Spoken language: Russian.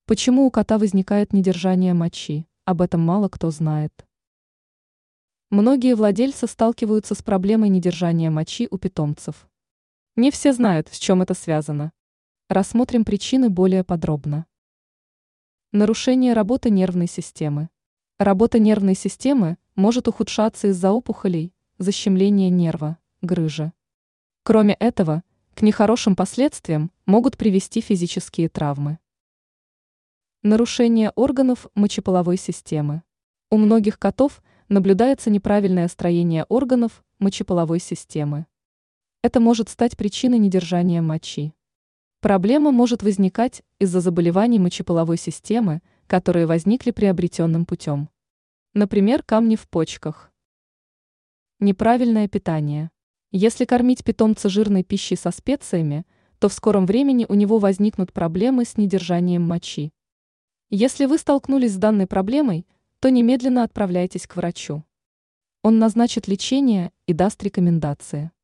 Почему у кота возникает недержание мочи? Об этом мало кто знает. Многие владельцы сталкиваются с проблемой недержания мочи у питомцев. Не все знают, с чем это связано. Рассмотрим причины более подробно. Нарушение работы нервной системы. Работа нервной системы может ухудшаться из-за опухолей, защемления нерва, грыжи. Кроме этого, к нехорошим последствиям могут привести физические травмы. Нарушение органов мочеполовой системы. У многих котов наблюдается неправильное строение органов мочеполовой системы. Это может стать причиной недержания мочи. Проблема может возникать из-за заболеваний мочеполовой системы, которые возникли приобретенным путем. Например, камни в почках. Неправильное питание. Если кормить питомца жирной пищей со специями, то в скором времени у него возникнут проблемы с недержанием мочи. Если вы столкнулись с данной проблемой, то немедленно отправляйтесь к врачу. Он назначит лечение и даст рекомендации.